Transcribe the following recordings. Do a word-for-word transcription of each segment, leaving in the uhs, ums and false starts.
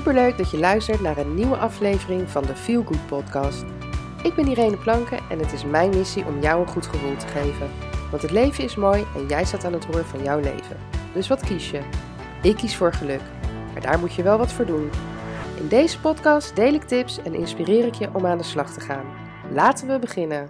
Superleuk dat je luistert naar een nieuwe aflevering van de Feel Good podcast. Ik ben Irene Planken en het is mijn missie om jou een goed gevoel te geven. Want het leven is mooi en jij staat aan het roer van jouw leven. Dus wat kies je? Ik kies voor geluk, maar daar moet je wel wat voor doen. In deze podcast deel ik tips en inspireer ik je om aan de slag te gaan. Laten we beginnen.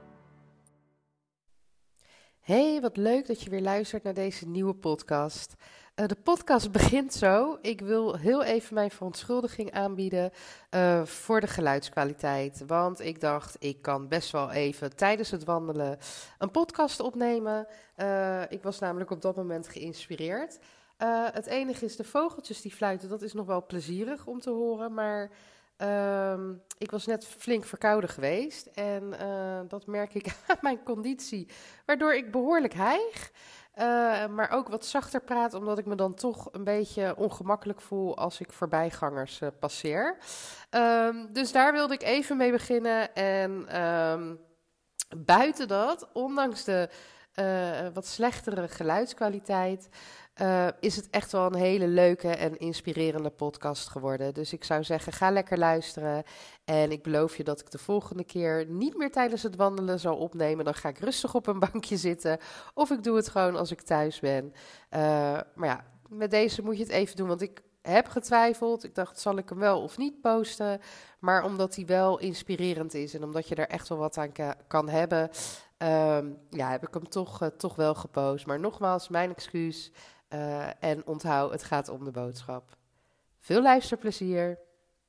Hey, wat leuk dat je weer luistert naar deze nieuwe podcast. Uh, de podcast begint zo. Ik wil heel even mijn verontschuldiging aanbieden uh, voor de geluidskwaliteit. Want ik dacht, ik kan best wel even tijdens het wandelen een podcast opnemen. Uh, ik was namelijk op dat moment geïnspireerd. Uh, het enige is, de vogeltjes die fluiten, dat is nog wel plezierig om te horen. Maar uh, ik was net flink verkouden geweest. En uh, dat merk ik aan mijn conditie, waardoor ik behoorlijk hijg. Uh, maar ook wat zachter praat, omdat ik me dan toch een beetje ongemakkelijk voel als ik voorbijgangers uh, passeer. Um, dus daar wilde ik even mee beginnen. En um, buiten dat, ondanks de uh, wat slechtere geluidskwaliteit, Uh, is het echt wel een hele leuke en inspirerende podcast geworden. Dus ik zou zeggen, ga lekker luisteren. En ik beloof je dat ik de volgende keer niet meer tijdens het wandelen zal opnemen. Dan ga ik rustig op een bankje zitten. Of ik doe het gewoon als ik thuis ben. Uh, maar ja, met deze moet je het even doen. Want ik heb getwijfeld. Ik dacht, zal ik hem wel of niet posten? Maar omdat hij wel inspirerend is en omdat je er echt wel wat aan ka- kan hebben, Um, ja, heb ik hem toch, uh, toch wel gepost. Maar nogmaals, mijn excuus. Uh, en onthoud, het gaat om de boodschap. Veel luisterplezier.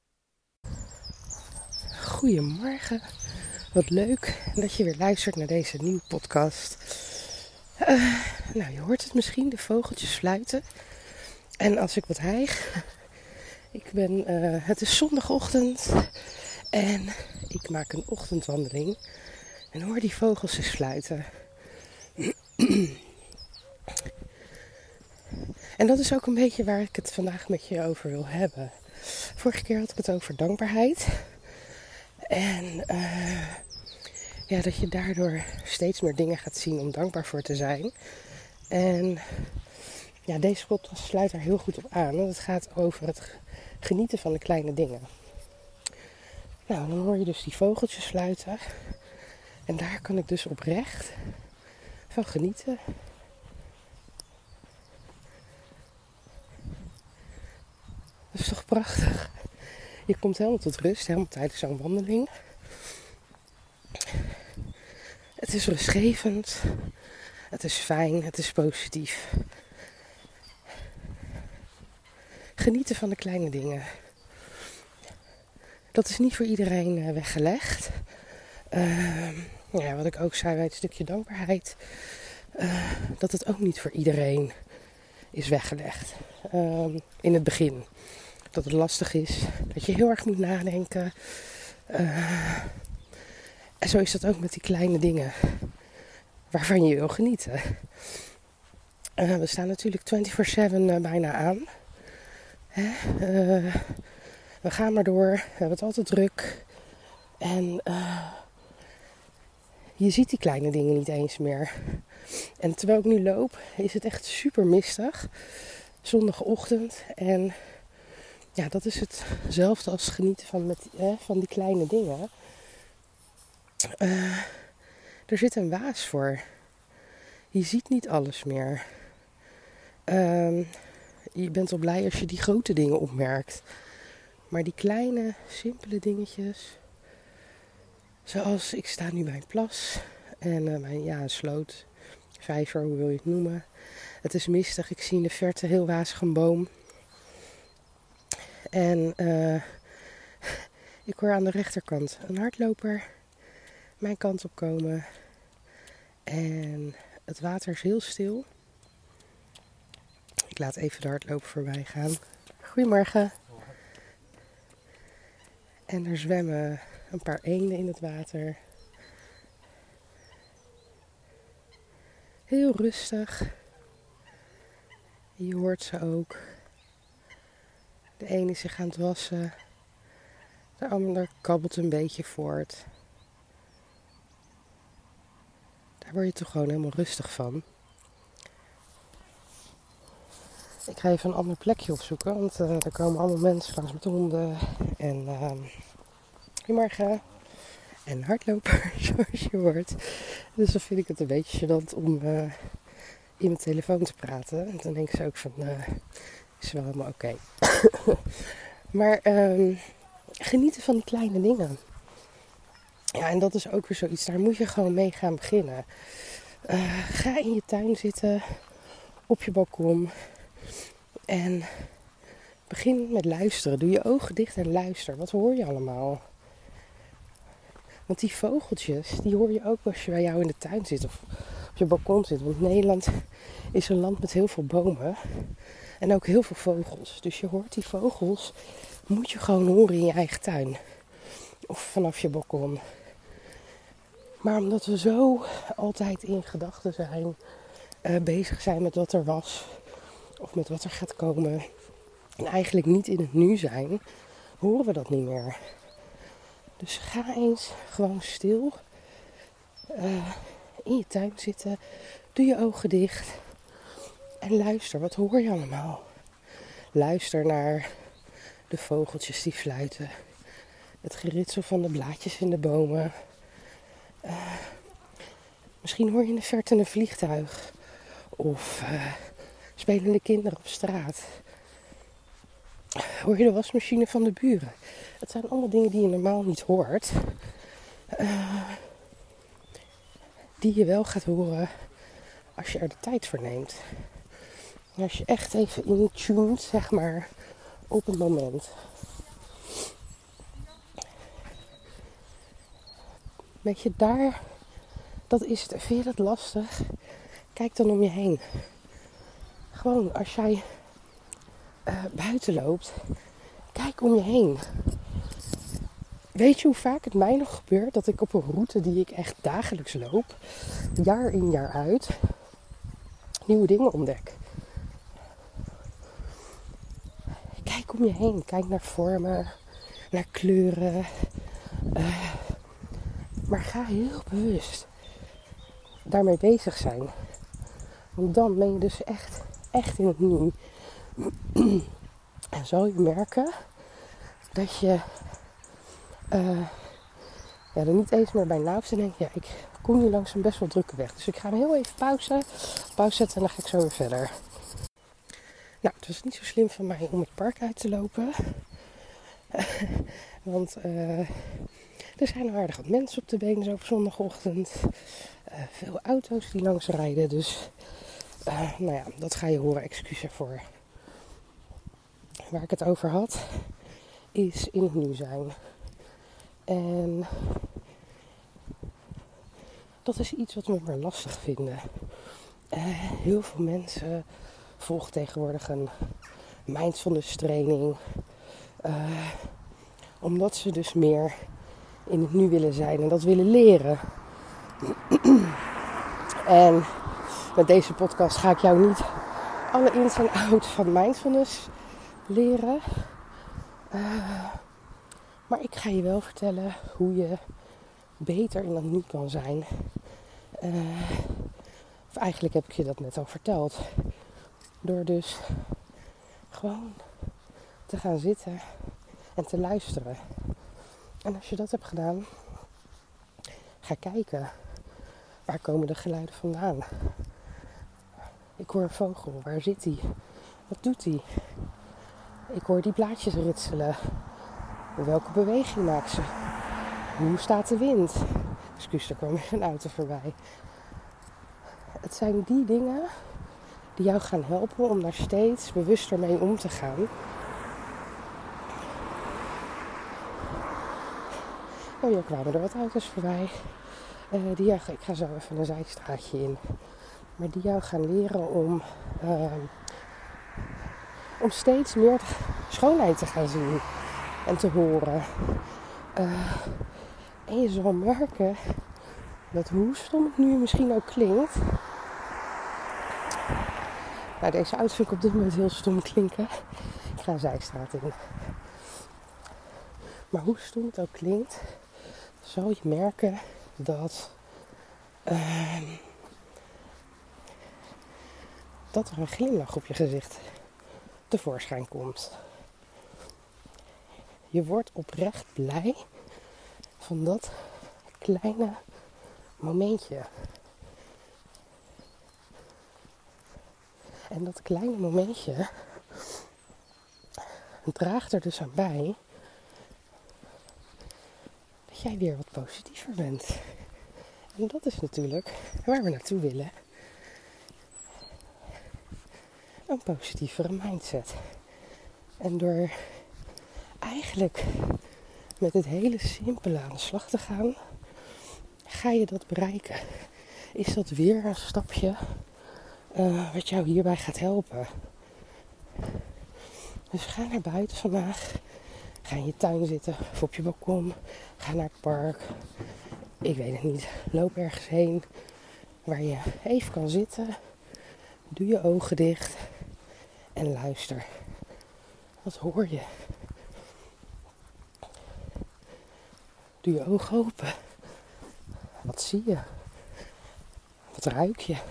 Goedemorgen. Wat leuk dat je weer luistert naar deze nieuwe podcast. Uh, nou, je hoort het misschien, de vogeltjes fluiten. En als ik wat hijg. Ik ben, uh, het is zondagochtend. En ik maak een ochtendwandeling. En hoor die vogels eens fluiten. En dat is ook een beetje waar ik het vandaag met je over wil hebben. Vorige keer had ik het over dankbaarheid. En uh, ja, dat je daardoor steeds meer dingen gaat zien om dankbaar voor te zijn. En ja, deze podcast sluit daar heel goed op aan. Want het gaat over het genieten van de kleine dingen. Nou, dan hoor je dus die vogeltjes fluiten. En daar kan ik dus oprecht van genieten. Dat is toch prachtig. Je komt helemaal tot rust, helemaal tijdens zo'n wandeling. Het is rustgevend. Het is fijn, het is positief. Genieten van de kleine dingen. Dat is niet voor iedereen weggelegd. Uh, ja, wat ik ook zei bij het stukje dankbaarheid. Uh, dat het ook niet voor iedereen is weggelegd. Uh, in het begin. Dat het lastig is. Dat je heel erg moet nadenken. Uh, en zo is dat ook met die kleine dingen. Waarvan je wil genieten. Uh, we staan natuurlijk vierentwintig zeven uh, bijna aan. Hè? Uh, we gaan maar door. We hebben het altijd druk. En uh, je ziet die kleine dingen niet eens meer. En terwijl ik nu loop, is het echt super mistig. Zondagochtend. En ja, dat is hetzelfde als genieten van, met, eh, van die kleine dingen. Uh, er zit een waas voor. Je ziet niet alles meer. Uh, je bent wel blij als je die grote dingen opmerkt. Maar die kleine, simpele dingetjes. Zoals, ik sta nu bij een plas. En uh, bij ja, een sloot. Vijver, hoe wil je het noemen. Het is mistig. Ik zie in de verte heel wazig een boom. En uh, ik hoor aan de rechterkant een hardloper mijn kant op komen. En het water is heel stil. Ik laat even de hardloper voorbij gaan. Goedemorgen. En er zwemmen een paar eenden in het water. Heel rustig. Je hoort ze ook. De een is zich aan het wassen. De ander kabbelt een beetje voort. Daar word je toch gewoon helemaal rustig van. Ik ga even een ander plekje opzoeken, want uh, er komen allemaal mensen langs met honden en uh, goedemorgen en hardlopers, zoals je hoort. Dus dan vind ik het een beetje gênant om uh, in mijn telefoon te praten. En dan denk ik ook van, uh, is wel helemaal oké. Okay. Maar uh, genieten van die kleine dingen. Ja, en dat is ook weer zoiets, daar moet je gewoon mee gaan beginnen. Uh, ga in je tuin zitten, op je balkon. En begin met luisteren. Doe je ogen dicht en luister. Wat hoor je allemaal? Want die vogeltjes, die hoor je ook als je bij jou in de tuin zit of op je balkon zit. Want Nederland is een land met heel veel bomen. En ook heel veel vogels. Dus je hoort die vogels, moet je gewoon horen in je eigen tuin. Of vanaf je balkon. Maar omdat we zo altijd in gedachten zijn, uh, bezig zijn met wat er was. Of met wat er gaat komen. En eigenlijk niet in het nu zijn, horen we dat niet meer. Dus ga eens gewoon stil uh, in je tuin zitten. Doe je ogen dicht. En luister, wat hoor je allemaal? Luister naar de vogeltjes die fluiten. Het geritsel van de blaadjes in de bomen. Uh, misschien hoor je in de verte een vliegtuig. Of uh, spelende kinderen op straat. Hoor je de wasmachine van de buren. Het zijn allemaal dingen die je normaal niet hoort. Uh, die je wel gaat horen als je er de tijd voor neemt. En als je echt even intuned, zeg maar, op het moment. Weet je, daar, dat is het. Vind je dat lastig? Kijk dan om je heen. Gewoon, als jij uh, buiten loopt, kijk om je heen. Weet je hoe vaak het mij nog gebeurt dat ik op een route die ik echt dagelijks loop, jaar in jaar uit, nieuwe dingen ontdek. Kijk om je heen. Kijk naar vormen, naar kleuren. Uh, maar ga heel bewust daarmee bezig zijn. Want dan ben je dus echt, echt in het nu. En zal je merken dat je uh, ja, er niet eens meer bij na hoeft te denken. Ja, ik kom hier langs een best wel drukke weg. Dus ik ga hem heel even pauze, pauze zetten en dan ga ik zo weer verder. Nou, het was niet zo slim van mij om het park uit te lopen. Want uh, er zijn aardig wat mensen op de been zo op zondagochtend. Uh, veel auto's die langs rijden. Dus uh, nou ja, dat ga je horen. Excuus ervoor. Waar ik het over had, is in het nu zijn. En dat is iets wat we maar lastig vinden. Uh, heel veel mensen volgen tegenwoordig een mindfulness training. Uh, omdat ze dus meer in het nu willen zijn en dat willen leren. En met deze podcast ga ik jou niet alle ins en outs van mindfulness leren. Uh, maar ik ga je wel vertellen hoe je beter in dat nu kan zijn. Uh, of eigenlijk heb ik je dat net al verteld. Door dus gewoon te gaan zitten en te luisteren. En als je dat hebt gedaan, ga kijken. Waar komen de geluiden vandaan? Ik hoor een vogel. Waar zit hij? Wat doet hij? Ik hoor die blaadjes ritselen. Welke beweging maakt ze? Hoe staat de wind? Excuus, er kwam weer een auto voorbij. Het zijn die dingen die jou gaan helpen om daar steeds bewuster mee om te gaan. Oh, hier kwamen er wat auto's voorbij. Uh, die jou, ik ga zo even een zijstraatje in. Maar die jou gaan leren om, uh, om steeds meer schoonheid te gaan zien en te horen. Uh, en je zal merken dat hoe stom het nu misschien ook klinkt. Nou, deze auto vind ik op dit moment heel stom klinken. Ik ga een zijstraat in. Maar hoe stom het ook klinkt, zal je merken dat, uh, dat er een glimlach op je gezicht tevoorschijn komt. Je wordt oprecht blij van dat kleine momentje. En dat kleine momentje draagt er dus aan bij dat jij weer wat positiever bent. En dat is natuurlijk waar we naartoe willen. Een positievere mindset. En door eigenlijk met het hele simpele aan de slag te gaan, ga je dat bereiken. Is dat weer een stapje uh, wat jou hierbij gaat helpen. Dus ga naar buiten vandaag. Ga in je tuin zitten of op je balkon. Ga naar het park. Ik weet het niet. Loop ergens heen waar je even kan zitten. Doe je ogen dicht en luister. Wat hoor je? Doe je ogen open. Wat zie je? Wat ruik je?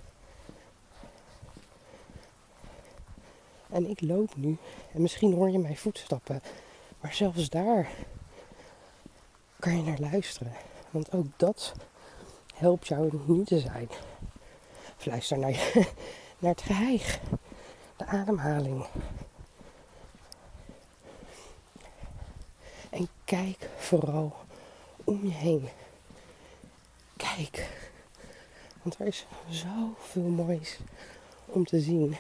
En ik loop nu en misschien hoor je mijn voetstappen. Maar zelfs daar kan je naar luisteren. Want ook dat helpt jou in het nu te zijn. Of luister naar, je, naar het geheig. De ademhaling. En kijk vooral om je heen. Kijk. Want er is zoveel moois om te zien.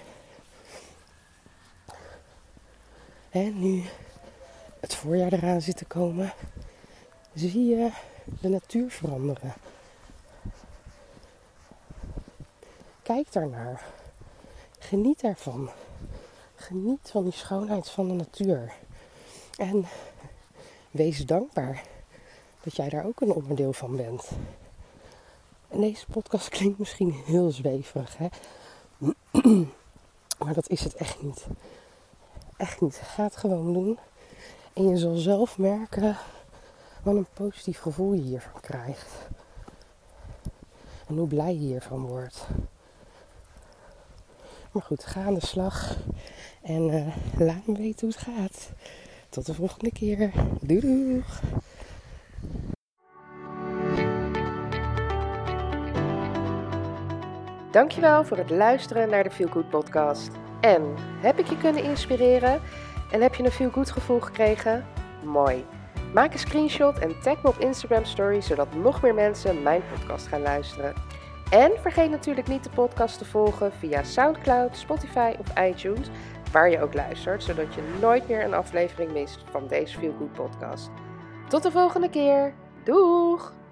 En nu het voorjaar eraan zit te komen, zie je de natuur veranderen. Kijk daarnaar. Geniet ervan. Geniet van die schoonheid van de natuur. En wees dankbaar dat jij daar ook een onderdeel van bent. En deze podcast klinkt misschien heel zweverig, hè? Maar dat is het echt niet. Echt niet. Ga het gewoon doen. En je zal zelf merken wat een positief gevoel je hiervan krijgt. En hoe blij je hiervan wordt. Maar goed, ga aan de slag. En uh, laat me weten hoe het gaat. Tot de volgende keer. Doei doeg! Dankjewel voor het luisteren naar de Feel Good podcast. En heb ik je kunnen inspireren? En heb je een Feel Good gevoel gekregen? Mooi. Maak een screenshot en tag me op Instagram Story, zodat nog meer mensen mijn podcast gaan luisteren. En vergeet natuurlijk niet de podcast te volgen via SoundCloud, Spotify of iTunes, waar je ook luistert, zodat je nooit meer een aflevering mist van deze Feel Good podcast. Tot de volgende keer. Doeg!